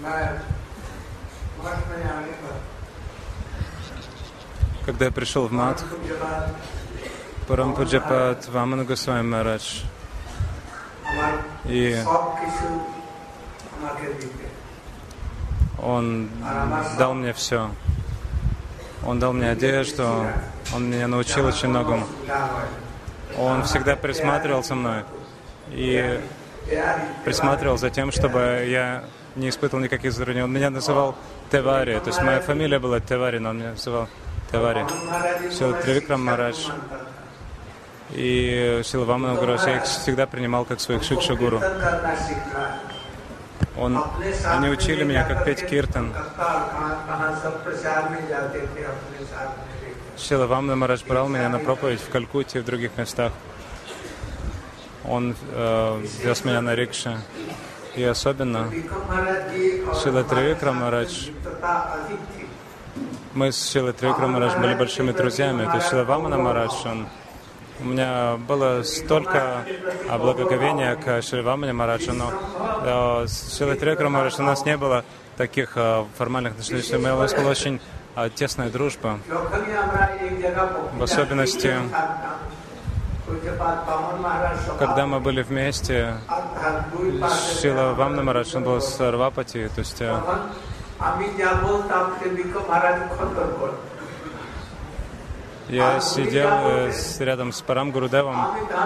Когда я пришел в Мадх, Парам Пуджапат Вамана Госвами Махарадж, и он дал мне все. Он дал мне одежду, он меня научил очень многому. Он всегда присматривал за мной и присматривал за тем, чтобы я не испытывал никаких затруднений. Он меня называл Тевари, то есть моя фамилия была Тевари, но он меня называл Тевари. Шрила Тривикрам Махарадж и Шрила Вамана Махарадж я их всегда принимал как своих шикша-гуру. Они учили меня, как петь киртан. Шрила Вамана Махарадж брал меня на проповедь в Калькутте и в других местах. Он вез меня на рикше. И особенно Шрила Тривикрам Махарадж. Мы с Шрилой Тривикрам Махарадж были большими друзьями. То есть Шрила Вамана Махарадж, у меня было столько благоговения к Шриле Вамане Махараджу, но с Шрилой Тривикрам Махарадж у нас не было таких формальных отношений. У нас была очень тесная дружба. В особенности, когда мы были вместе, Шрила Вамана Махарадж, он был с Рвапати, то есть я сидел рядом с Парам Гурудевом.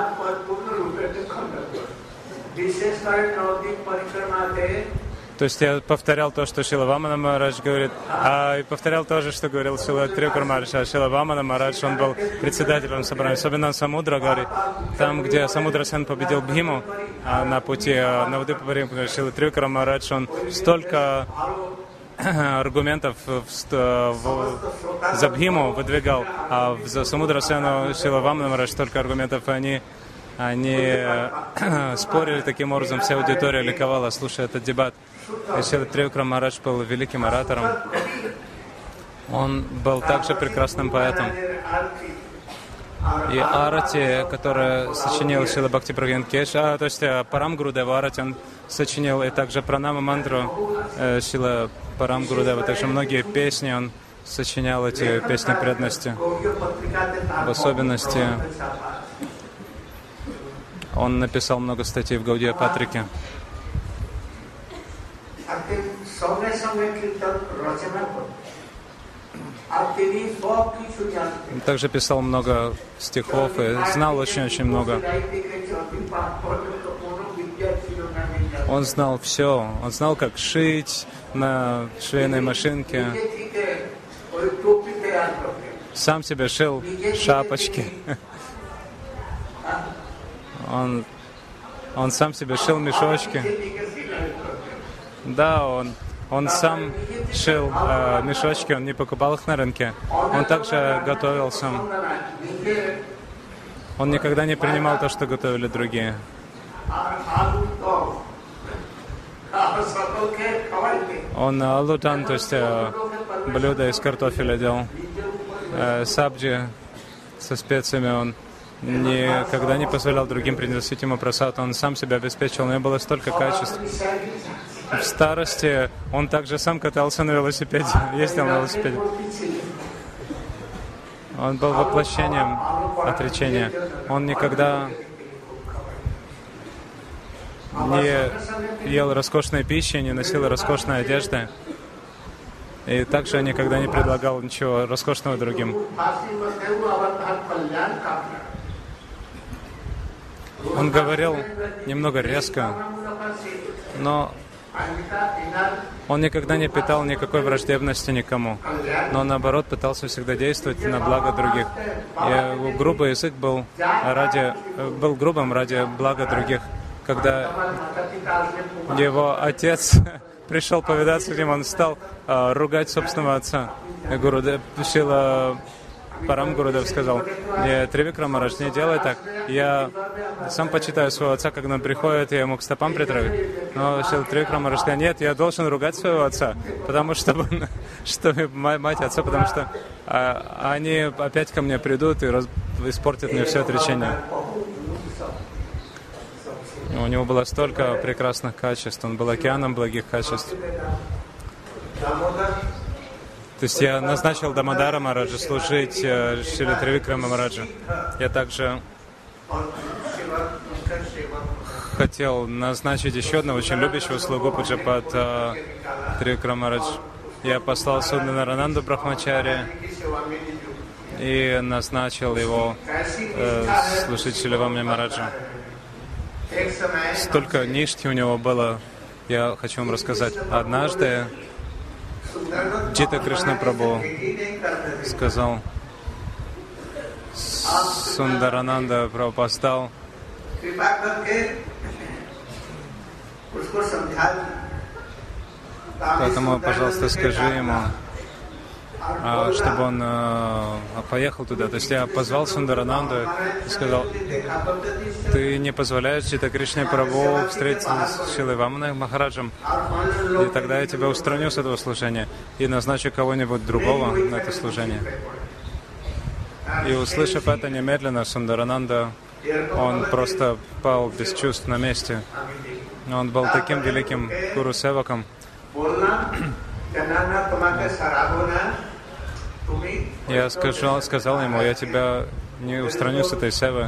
То есть я повторял то, что Шрила Вамана Махарадж говорит, и повторял то же, что говорил Шрила Тривикрам Махарадж. А Шрила Вамана Махарадж, он был председателем собрания, особенно Самудра Гари, там, где Самудра Сен победил Бхиму на пути Навадвипа, Шрила Тривикрам Махарадж, он столько аргументов за Бхиму выдвигал, а за Самудра Сену Шрила Вамана Махарадж столько аргументов, они спорили таким образом, вся аудитория ликовала, слушая этот дебат. И Шрила Тривикрам Махарадж был великим оратором. Он был также прекрасным поэтом. И арати, которую сочинил Шрила Бхактипрагьян Кеш, то есть Парам Гурудева арати, он сочинил, и также Пранама мантру Шрила Парам Гурудева. Также многие песни он сочинял, эти песни преданности. В особенности он написал много статей в Гаудия Патрике. Он также писал много стихов и знал очень-очень много. Он знал все. Он знал, как шить на швейной машинке. Сам себе шил шапочки. Он сам себе шил мешочки. Да, он сам шил мешочки, он не покупал их на рынке. Он также готовил сам. Он никогда не принимал то, что готовили другие. Он алутан, то есть блюдо из картофеля делал. Сабджи со специями он никогда не позволял другим приносить ему просад. Он сам себя обеспечил, у него было столько качеств. В старости он также сам катался на велосипеде, ездил на велосипеде. Он был воплощением отречения. Он никогда не ел роскошной пищи, не носил роскошной одежды. И также никогда не предлагал ничего роскошного другим. Он говорил немного резко, но он никогда не питал никакой враждебности никому, но наоборот пытался всегда действовать на благо других. И грубый язык был грубым ради блага других. Когда его отец пришел повидаться с ним, он стал ругать собственного отца. Шрила Парам Гурудев сказал: Тривикрам Махарадж, не делай так. Я сам почитаю своего отца, когда он приходит, я ему к стопам притравить. Но Шрила Тривикрам Махарадж сказал: нет, я должен ругать своего отца, потому что мать отца, потому что они опять ко мне придут и испортят мне все отречение. У него было столько прекрасных качеств, он был океаном благих качеств. То есть я назначил Дамодара Махараджа служить Шрила Тривикрама Махараджа. Я также хотел назначить еще одного очень любящего слугу Пуджапат Тривикрама Махарадж. Я послал Суднарананду Брахмачари и назначил его служить Шиливамни Махараджа. Столько ништи у него было, я хочу вам рассказать. Однажды Джита Кришна Прабху сказал, Сундарананда Прабхупад стал, поэтому, пожалуйста, скажи ему, чтобы он поехал туда. То есть я позвал Сундарананду и сказал, ты не позволяешь Джита Кришне Прабху встретиться с Шрилой Ваманой Махараджем, и тогда я тебя устраню с этого служения и назначу кого-нибудь другого на это служение. И услышав это немедленно, Сундарананда, он просто пал без чувств на месте. Он был таким великим гуру-севаком. Я сказал ему, я тебя не устраню с этой севы.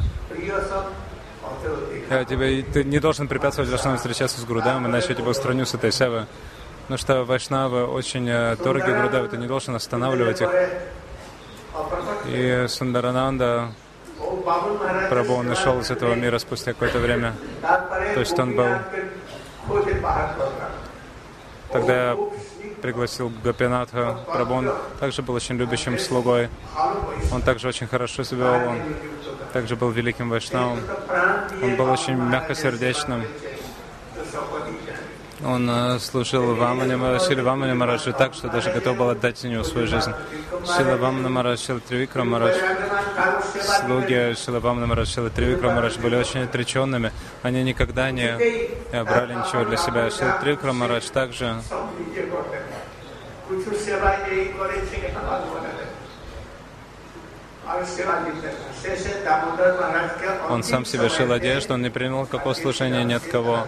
Ты не должен препятствовать вайшнавам встречаться с Гурудевом, иначе я тебя устраню с этой севы. Потому что вайшнавы очень дороги Гурудеву, ты не должен останавливать их. И Сундарананда Прабху нашел из этого мира спустя какое-то время. То есть он был... Тогда я пригласил Гопинатха Прабху, он также был очень любящим слугой. Он также очень хорошо себя вел, он также был великим вайшнавом. Он был очень мягкосердечным. Он служил Шриле Вамане Махараджу так, что даже готов был отдать за него свою жизнь. Шрила Вамана Махарадж, Шрила Тривикрама Махарадж, слуги Шрила Вамана Махарадж, Шрила Тривикрама Махарадж были очень отреченными. Они никогда не брали ничего для себя. Шрила Тривикрама Махарадж также он сам себе шил одежду, он не принял какого служения ни от кого.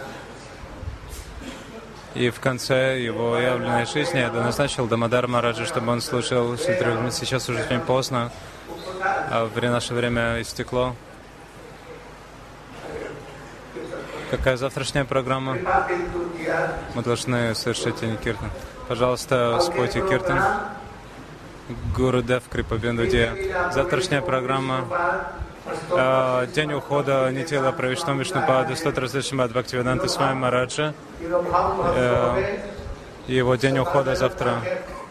И в конце его явленной жизни я назначил Дамодар Махараджа, чтобы он служил. Сейчас уже очень поздно, а наше время истекло. Какая завтрашняя программа? Мы должны совершить киртан. Пожалуйста, спойте киртан. Гурудев Крипабиндудия. Завтрашняя программа. День ухода Нитила Правишном Вишнупада, 100 Шримад Бхактивиданта Свами Махараджа. Его день ухода завтра.